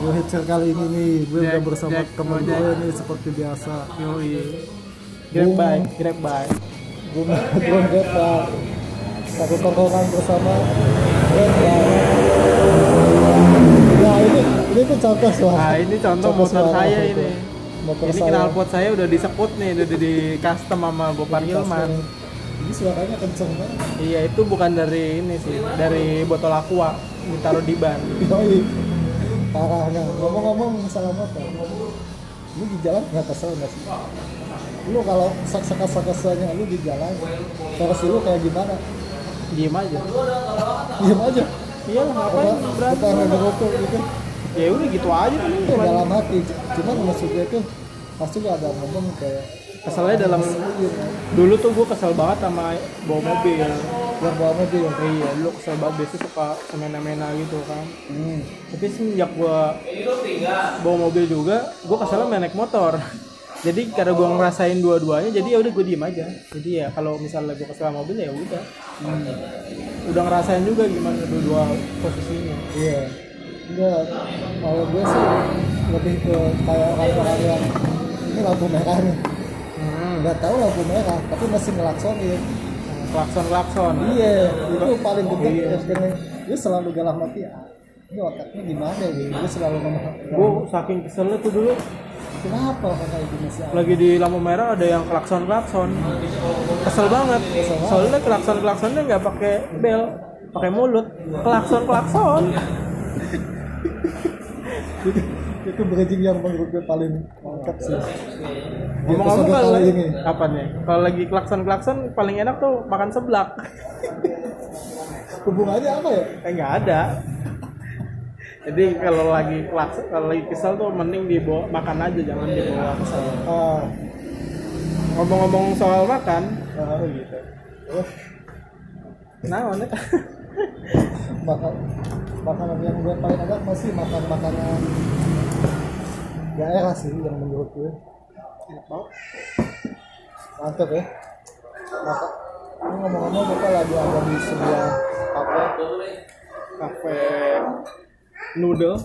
Hitcher kali ini nih gue udah Jack- bersama Jack temen Gojek. gue nih seperti biasa. Yoi. Grab by. Gue Grab Bar. Satu tongkrongan bersama Grab Bar. Nah ini tuh contoh suara. Nah ini contoh motor suara saya itu. ini. Motor Ini saya. knalpot saya udah disekut nih, udah di custom sama Gopar Hilman. Ini suaranya kenceng banget. Iya itu bukan dari ini sih, dari botol aqua ditaruh di ban. Yoi. Parahnya. Ngomong-ngomong masalah motor, lu di jalan nggak kesel nggak sih? Lu kalau saksa-saksanya lu di jalan, versi lu kayak gimana? Diem aja. Diam aja. Iya lah ngapain Kita berantem? ngerokok gitu. Ya udah gitu aja kan. Itu dalam hati. Cuman maksudnya itu pasti lu ada ngomong kayak Keselnya dalam dulu tuh gue kesel banget sama bawa mobil. yang bawa mobil. Iya, dulu kesel banget biasanya suka semena-mena gitu kan. Tapi semenjak gue bawa mobil juga, gue keselnya main naik motor. Jadi karena gue ngerasain dua-duanya, jadi ya udah gue diem aja. Jadi ya kalau misalnya gue kesel sama mobil ya udah. Udah ngerasain juga gimana dua-dua posisinya. Iya. Enggak. Kalau gue sih lebih ke kayak orang-orang yang ini lampu merah nih. Nggak tahu lampu merah, tapi masih ngelaksonin. Klakson. Iya, itu paling gede. Gue selalu galah mati. Ini otaknya gimana ya? Gue selalu ngomong. Gue saking keselnya tuh dulu Kenapa kakak itu masih ada? lagi di lampu merah ada yang klakson. Kesel banget. Soalnya klaksonnya nggak pakai bel, pakai mulut. Klakson. Itu bridging yang menurut gue paling lengkap sih. Ngomong-ngomong Episode kalau kali ini. apa nih? Kalau lagi klakson paling enak tuh makan seblak. Hubungannya apa ya? Nggak ada. Jadi kalau lagi kesel tuh mending dibawa makan aja, jangan dibawa kesel. Ngomong-ngomong soal makan, gitu. Nah, mana? Makanan yang gue paling enak masih makanan daerah sih yang menurut gue mantep ya. Ini ngomong-ngomong kita lagi ada di sebuah Cafe noodle.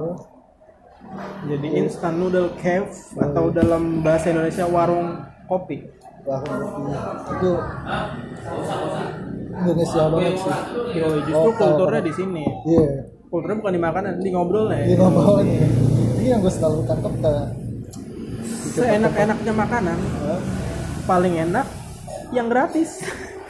Jadi instant noodle cave atau dalam bahasa Indonesia warung kopi. Itu Indonesia banget sih. Yo, justru kulturnya di sini. Iya. Kulturnya bukan di makanan, di ngobrolnya. Ini ngomongnya. Ini yang gue selalu tangkap kayak Seenak-enaknya makanan, paling enak yang gratis.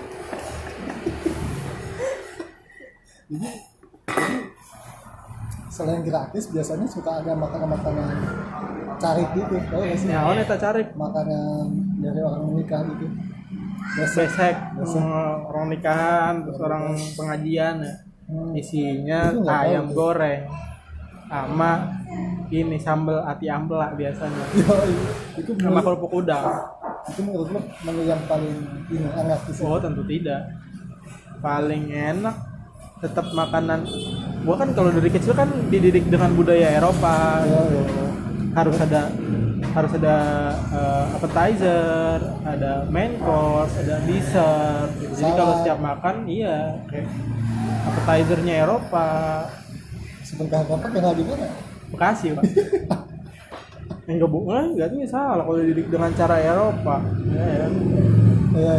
selain gratis biasanya suka ada makanan-makanan cari gitu, tau gak sih? Ya, tak cari Makanan dari orang menikah gitu. besek orang nikahan, terus orang pengajian ya. Isinya Itu nggak tahu ayam tuh. goreng sama ini sambal ati ampela biasanya. Itu Sama menurut, kerupuk udang. itu menurut lo menu yang paling ini enak di sini. Oh tentu tidak. Paling enak tetap makanan. Gua kan kalau dari kecil kan dididik dengan budaya Eropa. Ya. Harus ada appetizer, ada main course, ada dessert. Gitu. Jadi kalau setiap makan iya kayak appetizernya Eropa. Sebentar apa tinggal di mana? Bekasi Pak. Enggak bukan, enggak tuh salah kalau dididik dengan cara Eropa. Ya. Iya.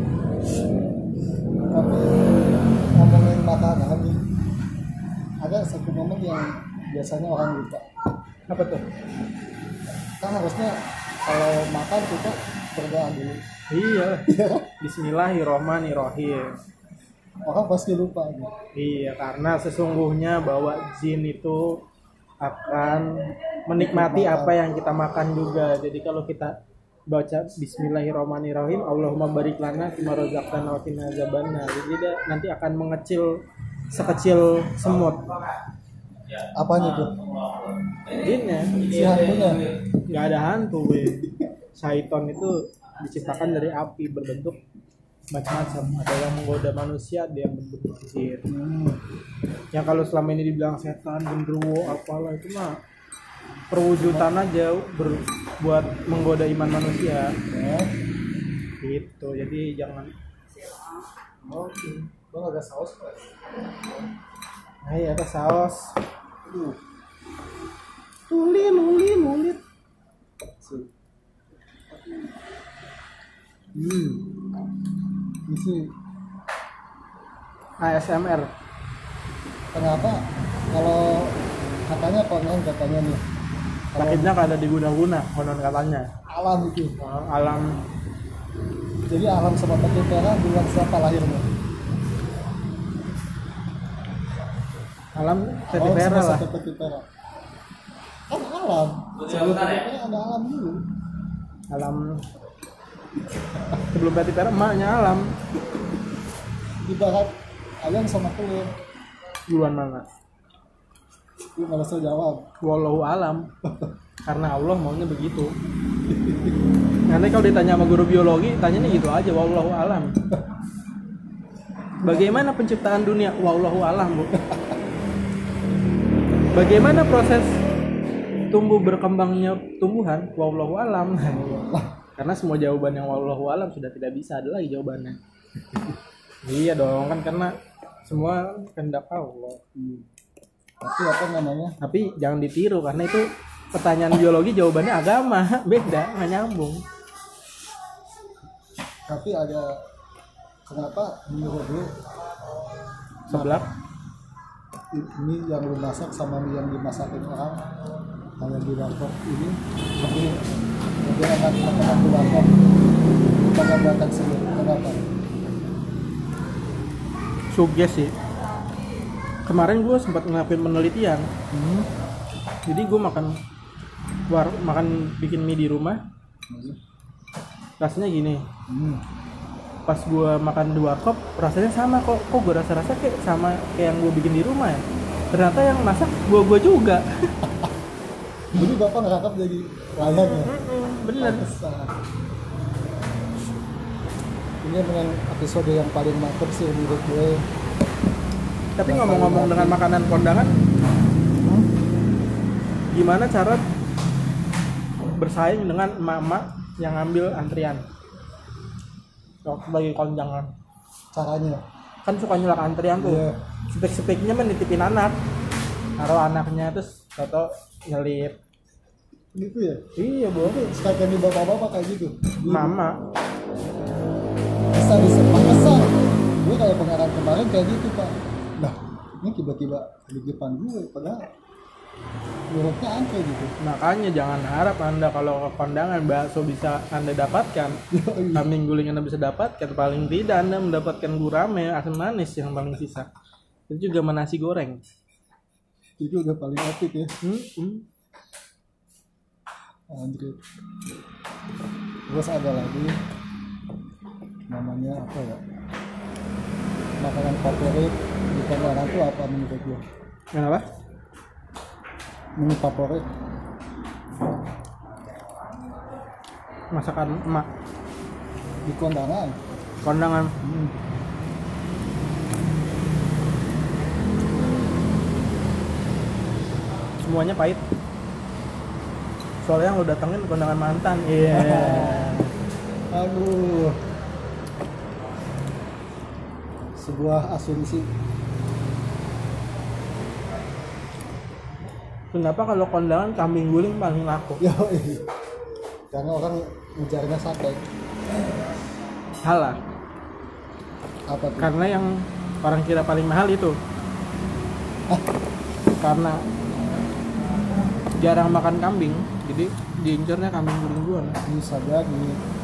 Tapi ngomongin makanan nih, ada satu momen yang biasanya orang lupa. Apa tuh? Kan harusnya kalau makan kita berdoa dulu. Iya. Iya. Bismillahirrohmanirrohim. Orang pasti lupa gitu. Iya, karena sesungguhnya bahwa jin itu akan menikmati apa yang kita makan juga. Jadi kalau kita baca Bismillahirrahmanirrahim, Allahumma barik lana fima razaqtana wa qina azabannar. Jadi dia nanti akan mengecil sekecil semut. Apanya tuh? Jinnya, Si hantunya. nggak ada hantu, weh. Syaiton itu diciptakan dari api berbentuk macam-macam. Ada yang menggoda manusia, ada yang berbentuk jin. Yang kalau selama ini dibilang setan, genderuwo, apalah itu mah perwujudan aja buat menggoda iman manusia. Ya. Gitu. Jadi jangan. Oke. Bang ada saus Pak? Nah, iya, ada saus. Ulit. Ini sih ASMR. kenapa kalau katanya nih kalau Sakitnya kada diguna-guna konon katanya. alam itu, Alam jadi alam sama petir merah bulan siapa lahirnya? alam Alam Tetifera sama lah. petir merah kan alam, sebelum petir merah ada alam dulu. Alam sebelum Tetifera emaknya alam. Ibarat ayam sama telur, Duluan mana? lu nggak bisa jawab. Wallahu alam. Karena Allah maunya begitu. Nanti kalau ditanya sama guru biologi, tanyanya gitu aja, wallahu alam. Bagaimana penciptaan dunia? Wallahu alam, Bu. Bagaimana proses tumbuh berkembangnya tumbuhan? Wallahu alam. Karena semua jawaban yang wallahu alam sudah tidak bisa, ada lagi jawabannya. Iya dong, kan karena semua kehendak Allah. Tapi apa namanya, Tapi jangan ditiru karena itu pertanyaan biologi jawabannya agama, beda, nggak nyambung. tapi ada kenapa menurut lu Sebelah mie yang lu masak sama mie yang dimasakin orang kalau di warkop ini lebih enak makanan di warkop daripada buatan sendiri, kenapa? suges sih. Kemarin gue sempat ngelakuin penelitian. Jadi gue makan bikin mie di rumah. Rasanya gini. Pas gue makan di warkop rasanya sama kok gue rasa kayak sama kayak yang gue bikin di rumah ya. Ternyata yang masak gue juga. Jadi bapak ngerangkap jadi layar ya? Bener. Pantesan. Ini dengan episode yang paling mantep sih menurut gue. Tapi ngomong-ngomong dengan makanan kondangan, gimana cara bersaing dengan emak-emak yang ngambil antrian waktu bagi kondangan? Caranya Kan suka nyulak antrian tuh. Iya. Sepik-sepiknya menitipin anak, taruh anaknya terus atau nyelip. gitu ya? Iya bu, Sekalian di bapak-bapak kayak gitu. mama. Bisa pantesan. Gue kayak pengarang kemarin kayak gitu pak. Nah ini tiba-tiba di depan gue padahal menurutnya angke gitu. Makanya jangan harap anda kalau ke kondangan bakso bisa anda dapatkan, kambing guling anda bisa dapatkan, paling tidak anda mendapatkan gurame asam manis yang paling sisa. Itu juga sama nasi goreng. Itu udah paling epic ya. Andre. Terus ada lagi namanya apa ya? Makanan favorit di kondangan tuh apa menurut gue? Kenapa? Menu favorit Masakan emak di kondangan. kondangan. Semuanya pahit. Soalnya yang lo datengin kondangan mantan. Iya. Aduh. Sebuah asumsi. Kenapa kalau kondangan kambing guling paling laku? Yoi. Karena orang ngejarnya sate. Salah. Apa tuh? Karena yang orang kira paling mahal itu. Karena jarang makan kambing, jadi diincernya kambing guling duluan. Bisa jadi.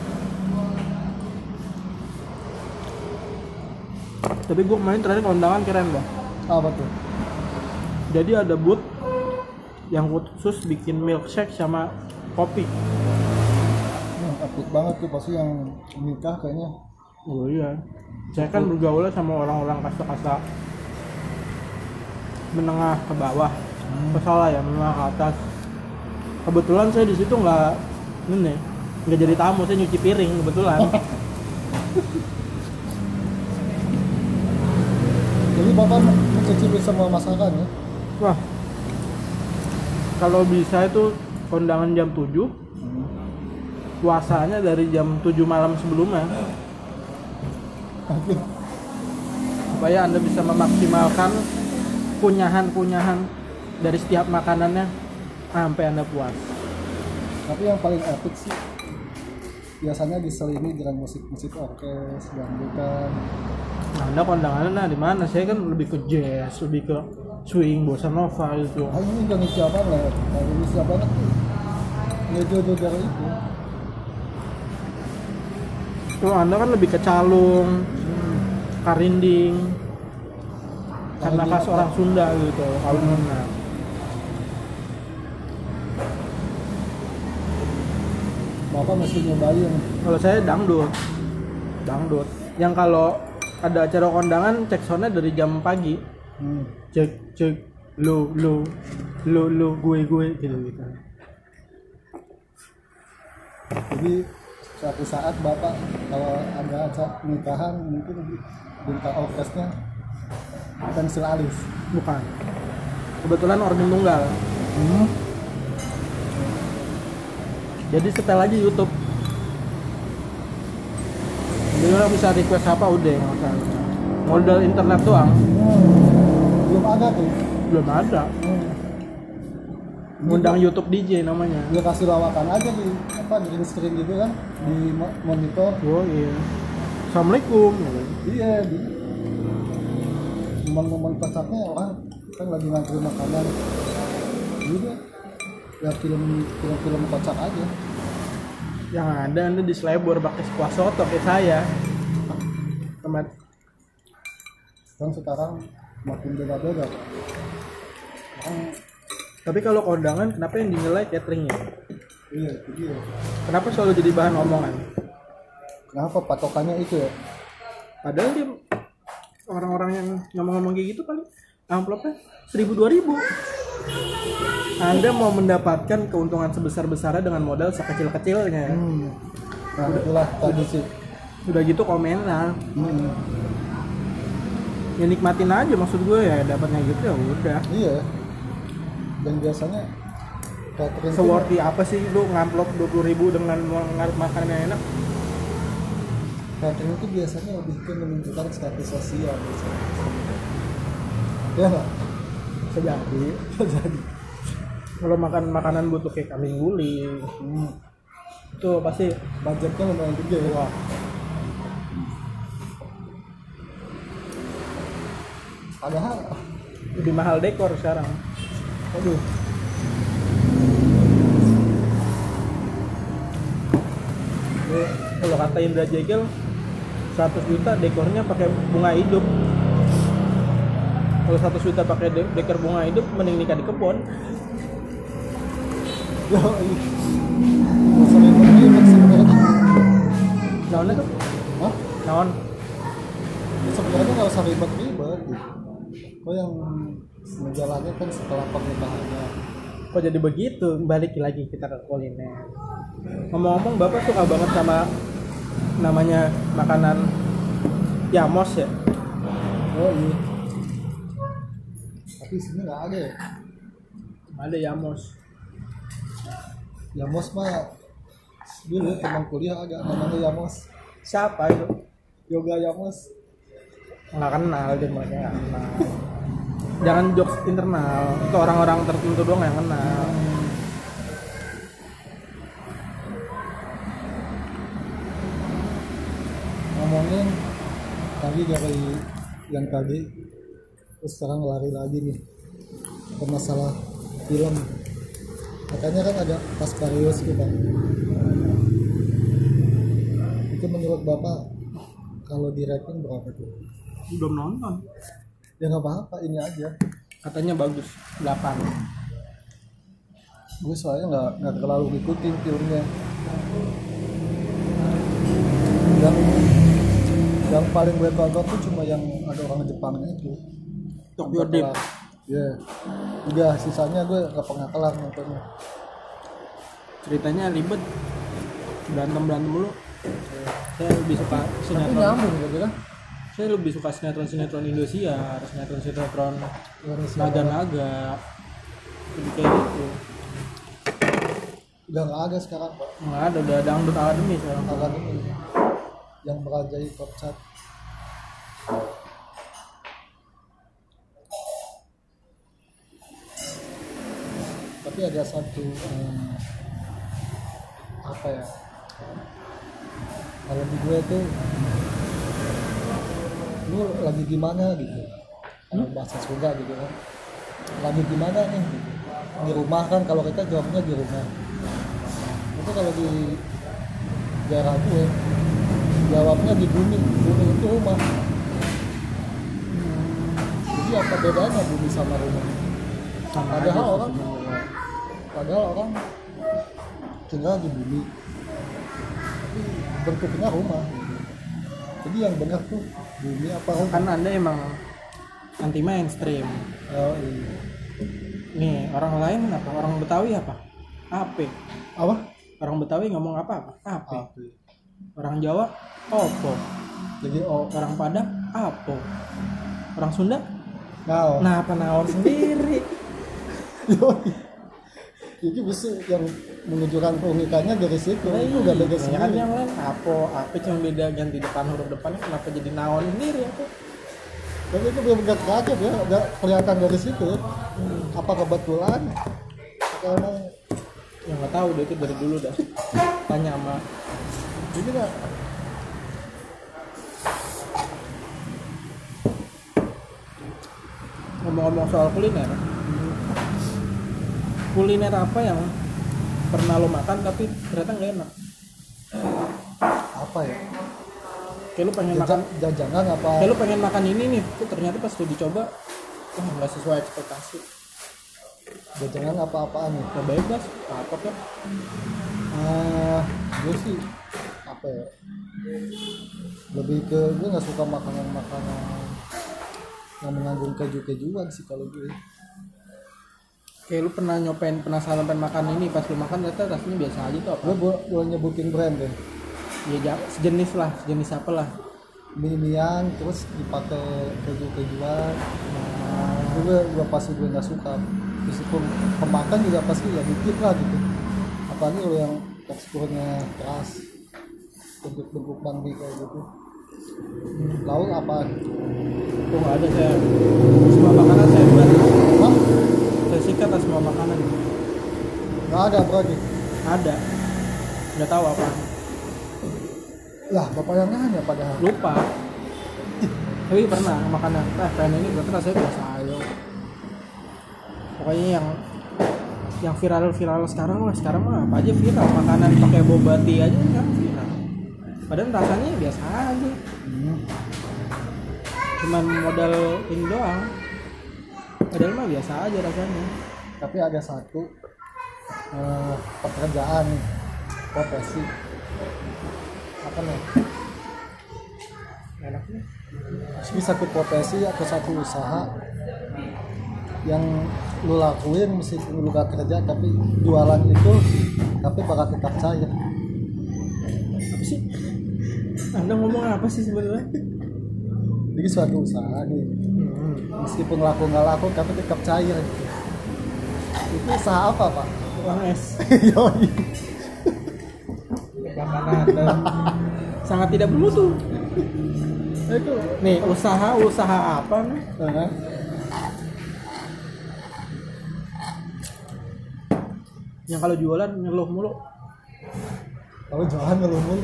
Tapi gue kemarin terakhir kondangan keren bah. Apa tuh? Jadi ada booth yang khusus bikin milkshake sama kopi. Epic banget tuh pasti yang nikah kayaknya. Oh iya. Saya kan bergaulnya sama orang-orang kasta-kasta menengah ke bawah. Salah ya, menengah ke atas. Kebetulan saya di situ nggak jadi tamu, saya nyuci piring kebetulan. Jadi bapak mencicipi semua masakan ya? Wah, kalau bisa itu kondangan jam 7, puasanya dari jam 7 malam sebelumnya, supaya Anda bisa memaksimalkan kunyahan-kunyahan dari setiap makanannya. sampai anda puas. Tapi yang paling epic sih biasanya diselingi dengan musik-musik orkes dangdutan. Nah, anda kondangannya di mana? Saya kan lebih ke jazz, lebih ke swing, bossa nova gitu. Ini Indonesia banget, Indonesia banget tuh. Nggak jauh dari itu. Tuh anda kan lebih ke calung, karinding, karena khas orang Sunda gitu, kalau nona. Bapak mesti nyobain. Kalau saya dangdut. Yang kalau ada acara kondangan cek soundnya dari jam pagi. Cek lu gue gitu. Jadi suatu saat bapak kalau ada acara nikahan mungkin bintang orkesnya pensil alis. Bukan. Kebetulan organ tunggal. Jadi setel aja YouTube. Jadi orang bisa request apa udah nggak usah. Modal internet doang. Belum ada tuh. Belum ada. Ngundang YouTube DJ namanya. Dia kasih lawakan aja di green screen gitu kan di monitor. Oh iya. Assalamualaikum. Iya di momen pasarnya orang kan lagi ngantri makanan. Jadi ya film kocak aja. Yang ada anda di selebor pakai kuah soto kayak saya. Teman. Kan sekarang makin beda-beda. Tapi kalau kondangan kenapa yang dinilai cateringnya? Iya itu dia. Kenapa selalu jadi bahan omongan? Kenapa patokannya itu ya? Padahal dia orang-orang yang ngomong-ngomong kayak gitu kali amplopnya 1.000-2.000. Anda mau mendapatkan keuntungan sebesar-besarnya dengan modal sekecil-kecilnya. Nah itulah tadi sih. Udah gitu komentar. Ya nikmatin aja maksud gue ya dapatnya gitu ya udah. Iya. Dan biasanya catering seworthy apa sih lu ngamplop 20.000 dengan makanan yang enak? Catering itu biasanya lebih ke menunjukkan status sosial biasanya. Ya nggak? Jadi kalau makan makanan butuh kayak kambing guling itu pasti budgetnya lumayan gede ya. Wah. Padahal Lebih mahal dekor sekarang. aduh Kalau kata Indra Jegel 100 juta dekornya pakai bunga hidup. Kalau 100 juta pakai dekor bunga hidup mending nikah di kebun. ya sering ribet sebenarnya. Naonnya tuh? Hah? Naon? Sebenarnya nggak usah ribet-ribet gitu. Kok yang menjalani kan setelah pernikahannya. Kok jadi begitu? Balik lagi kita ke kuliner. Ngomong-ngomong bapak suka banget sama namanya makanan yamos ya? Oh iya. Tapi sini nggak ada ya. Ada yamos. Yamos mah dulu teman kuliah ada namanya Yamos. Siapa itu? Yoga Yamos. Nggak kenal dia mereka nggak kenal. Jangan jokes internal. Itu orang-orang tertentu doang yang kenal. Ngomongin tadi dari yang tadi terus sekarang lari lagi nih ke masalah film. Makanya kan ada Pasparius gitu kan. Itu menurut bapak kalau di rating berapa tuh? Belum nonton. Ya nggak apa-apa, ini aja. Katanya bagus 8. Gue soalnya nggak terlalu ngikutin filmnya. Yang paling gue tonton tuh cuma yang ada orang Jepangnya itu. Tokyo Drift. Ya, udah sisanya gue nggak pernah kelar nontonnya. Ceritanya ribet, berantem dulu. Saya lebih suka Tapi sinetron. nyambung gitu kan? Saya lebih suka sinetron Indosiar, sinetron naga-naga, lebih kayak gitu. Udah nggak ada sekarang pak. Nggak ada, udah dangdut akademi sekarang. Akademi yang merajai top chart. Tapi tapi ada satu apa ya, kalau di gue tuh lu lagi di mana gitu, kalau bahasa Sunda gitu kan, lagi di mana nih gitu. Di rumah kan, kalau kita jawabnya di rumah. Itu kalau di daerah gue jawabnya di bumi. Bumi itu rumah. Jadi apa bedanya bumi sama rumah? Sama Padahal aja sih orang sebenarnya. padahal orang tinggal di bumi, tapi bentuknya rumah gitu. Jadi yang benar tuh bumi apa rumah? Kan Anda emang anti mainstream. Oh iya. Nih, orang lain apa? Orang Betawi apa? Ape. Apa? Orang Betawi ngomong apa? Ape. Apa? Orang Jawa opo. Jadi Orang Padang apo. Orang Sunda nah, nah apa naon sendiri. yoi. Jadi bisa yang menunjukkan keunikannya dari situ. Itu udah beda Ya kan sendiri. yang lain apo, ape cuma beda ganti depan huruf depannya, kenapa jadi naon sendiri apa? Tapi itu benar-benar kaget ya, udah kelihatan dari situ. Apa kebetulan? Karena Ya nggak tahu deh, itu dari dulu dah. Tanya sama ini nggak. ngomong-ngomong soal kuliner. Kuliner apa yang pernah lo makan tapi ternyata nggak enak? Apa ya? Kayak lo pengen makan, Jajanan apa? kayak lo pengen makan ini nih, tuh ternyata pas lo dicoba, wah nggak sesuai ekspektasi. Jajanan apa-apaan nih? Ya bebas, apa kan? Gue sih apa ya? Lebih ke gue nggak suka makanan-makanan yang mengandung keju-kejuan sih kalau gue. Kayak lu pernah nyobain, penasaran pengen makan ini, pas lu makan ternyata rasanya biasa aja tuh apa? Gue boleh nyebutin brand deh. Ya sejenis lah, sejenis apa lah. Mie-mian terus dipakai keju-kejuan. Gue pasti gue nggak suka. Meskipun pemakan juga pasti ya dikit lah gitu. Apalagi kalau yang teksturnya keras, bentuk-bentukan mie kayak gitu. Lauk apa? Tuh nggak ada, saya semua makanan saya buat. Hah? Saya sikat lah semua makanan. Nggak ada berarti. Ada, nggak tahu apa. Lah bapak yang nanya padahal. Lupa. Tapi pernah makanan, pengen ini berarti rasanya biasa aja. Pokoknya yang viral sekarang lah, sekarang mah apa aja viral, makanan pakai bobati aja kan viral. Padahal rasanya biasa aja. Cuman modal ini doang. Padahal mah biasa aja rasanya. Tapi ada satu pekerjaan nih, profesi apa nih? Enaknya. Ini satu profesi atau satu usaha yang lu lakuin meskipun lu gak kerja, tapi jualan itu tapi bakal tetap cair. Apa sih? Anda ngomong apa sih sebenarnya? Jadi suatu usaha nih, meskipun laku nggak laku tapi tetap cair gitu. Itu usaha apa pak? Uang es. Yoi. Makanan Anda sangat tidak bermutu. Itu Nih usaha apa nih? Yang kalau jualan ngeluh mulu. kalau jualan ngeluh mulu.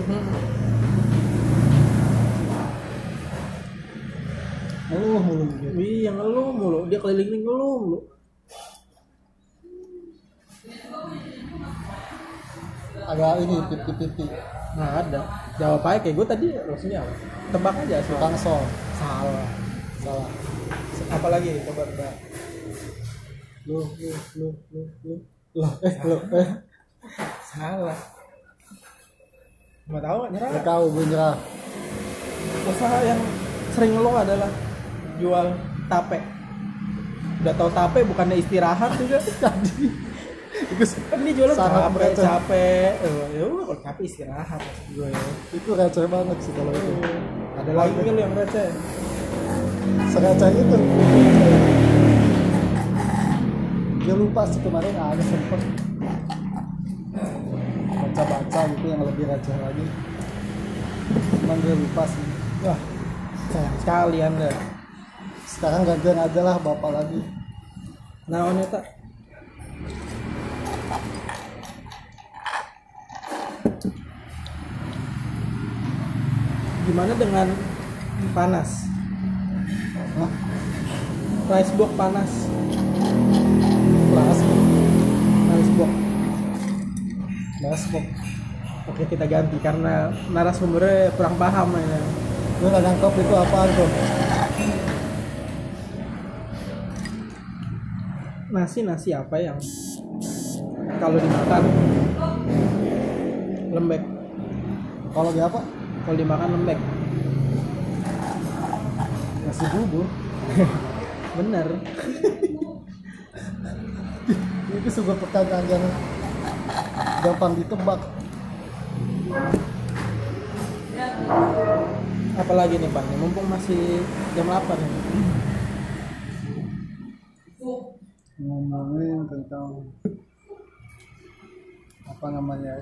Ngeluh mulu gitu. Iya ngeluh mulu, dia keliling ngeluh mulu. Agak ini pipi-pipi. Nggak ada. Jawab aja kayak gue tadi, maksudnya apa? Tebak aja sih. Tukang sol. Salah. Salah. Apalagi coba tebak. Lu. Salah. Nggak tahu, nyerah. Gak tahu gue nyerah. Usaha yang sering ngeluh adalah jual tape. Udah tahu tape bukannya istirahat juga tadi. Kan dia jualan Sangat receh. capek. Ya udah kalau capek istirahat maksud gue. Itu receh banget sih kalau itu. Ada lagi lu yang receh. Sereceh itu. Dia lupa sih kemarin ada sempet baca gitu yang lebih receh lagi. Cuman dia lupa sih. Wah, sayang sekali Anda. Sekarang gantian aja lah bapak lagi. Naon eta? Gimana dengan panas? Hah? Rice box panas. Kelas Rice box. kok. Oke, kita ganti karena narasumbernya kurang paham ya. Gue nggak nangkep itu apaan tuh. Nasi apa yang kalau dimakan lembek? Kalau dia apa? Kalau dimakan lembek. Nasi bubur. Bener. Itu sebuah pertanyaan yang gampang ditebak. Apalagi nih Pak, mumpung masih jam 8 nih. Ngomongin tentang apa namanya,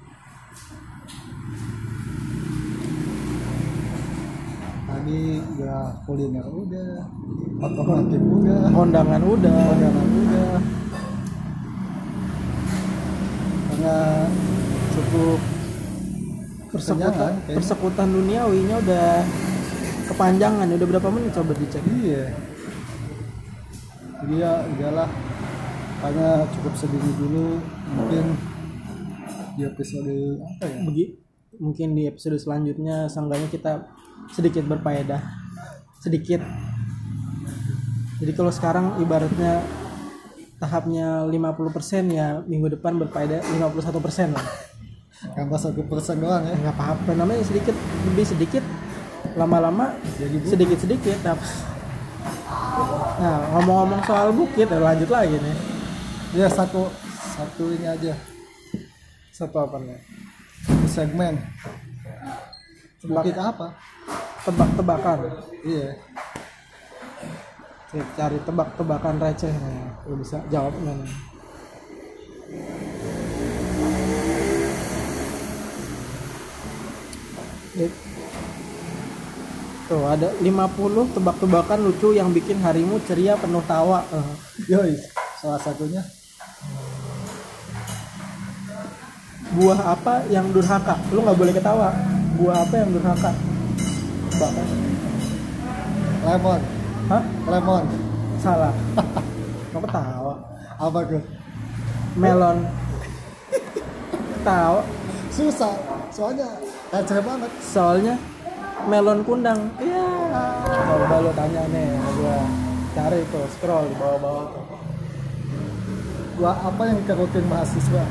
tadi udah kuliner udah, otomotif udah, Kondangan udah. perjalanan udah, karena cukup kesenjangan, kayaknya. Persekutan duniawinya udah kepanjangan. Udah berapa menit coba dicek? Iya. Jadi ya udahlah, karena cukup segini dulu, mungkin di episode apa ya? Mungkin di episode selanjutnya seenggaknya kita sedikit berfaedah. Sedikit. Jadi kalau sekarang ibaratnya tahapnya 50%, ya minggu depan berfaedah 51% lah. Tambah 1% doang ya. Nggak apa-apa, namanya sedikit lebih sedikit, lama-lama Jadi sedikit-sedikit. Nah, ngomong-ngomong soal bukit, lanjut lagi nih. ya satu ini aja, Satu apa nih? segmen bukit apa? Tebak-tebakan. Iya. Saya cari tebak-tebakan receh nih. Lu bisa jawab nggak nih? Tuh ada 50 tebak-tebakan lucu yang bikin harimu ceria penuh tawa. Yoi, salah satunya Buah apa yang durhaka? Lu nggak boleh ketawa. Buah apa yang durhaka? Tebak. lemon. Hah? Lemon. Salah. Kok ketawa? Apa tuh? Melon. Ketawa. Susah, soalnya receh banget. Soalnya melon kundang. Iya. Coba lu tanya nih, gua cari tuh, scroll di bawah-bawah tuh. Buah apa yang dikerutin mahasiswa?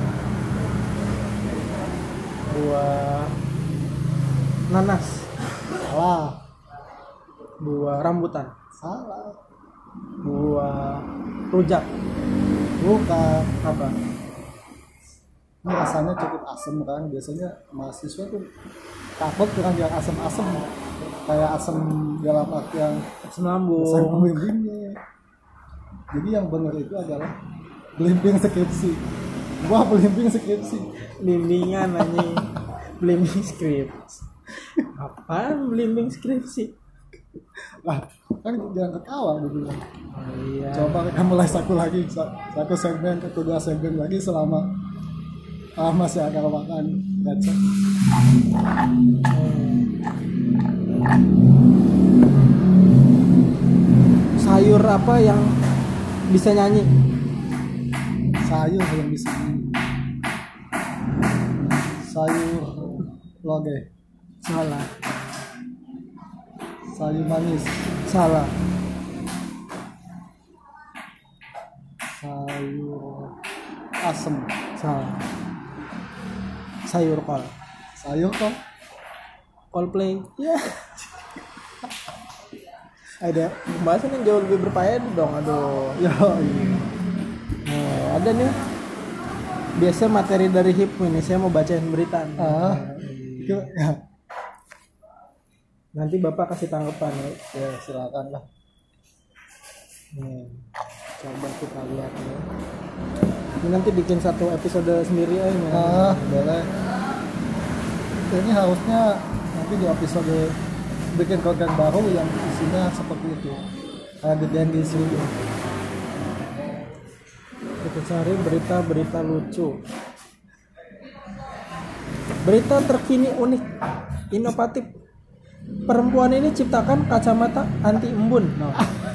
Buah nanas. Salah. Buah rambutan. Salah. Buah rujak. Bukan. Apa? Ini rasanya cukup asem kan. Biasanya mahasiswa tuh takut dengan yang asem-asem, kayak asem dalam artian Asam asam lambung. pembimbingnya. Jadi yang benar itu adalah belimbing skripsi. Buah belimbing skripsi. Bimbingan anjing. Belimbing skripsi. Apaan belimbing skripsi? Lah, kan jangan ketawa dulu. Oh, iya. Coba kita mulai satu lagi, satu segmen, kedua segmen lagi selama masih ada makan gacha. Sayur apa yang bisa nyanyi? Sayur yang bisa ini. Sayur loge. Salah. Sayur manis. Salah. Sayur asem. Salah. Sayur kol. Sayur kok. Coldplay. Ya. Ada pembahasan yang jauh lebih berfaedah dong. Aduh. Ya iya. Nah, ada nih. Biasa materi dari HIP ini saya mau bacain berita nih. Itu ya. Nanti Bapak kasih tanggapan ya. Ya silakan lah. Nih, coba kita lihat ya. Ini nanti bikin satu episode sendiri aja. Boleh. Ini harusnya nanti di episode bikin konten baru yang isinya seperti itu. Kayak gedean di sini. Kita cari berita-berita lucu. Berita terkini unik, inovatif. perempuan ini ciptakan kacamata anti embun. No.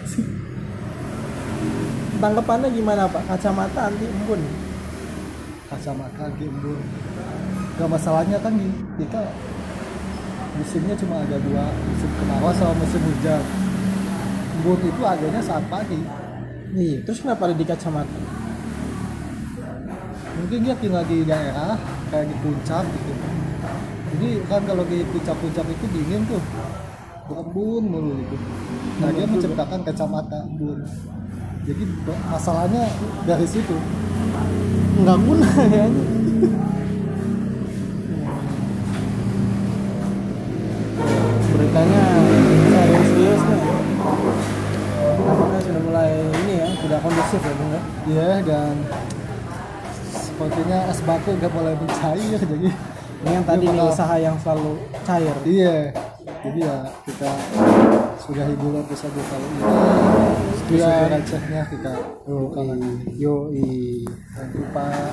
Tanggapannya gimana Pak? Kacamata anti embun. Kacamata anti embun. Gak masalahnya kan kita musimnya cuma ada 2, musim kemarau sama musim hujan. Embun itu adanya saat pagi. Iya, terus kenapa ada di kacamata? Mungkin dia tinggal di daerah kayak di puncak gitu. Jadi kan kalau di puncak-puncak itu dingin tuh, berembun mulu gitu. Nah dia menciptakan kacamata embun. Jadi masalahnya dari situ. Nggak guna ya. Beritanya serius nih. Apakah sudah mulai ini ya, sudah kondusif ya Bung ya? Iya, dan sepertinya es batu udah mulai mencair, jadi Ini yang tadi nih usaha yang selalu cair. iya, jadi ya kita sudah dulu episode kali ini. Sekian recehnya kita buka lagi. Yoi. Jangan lupa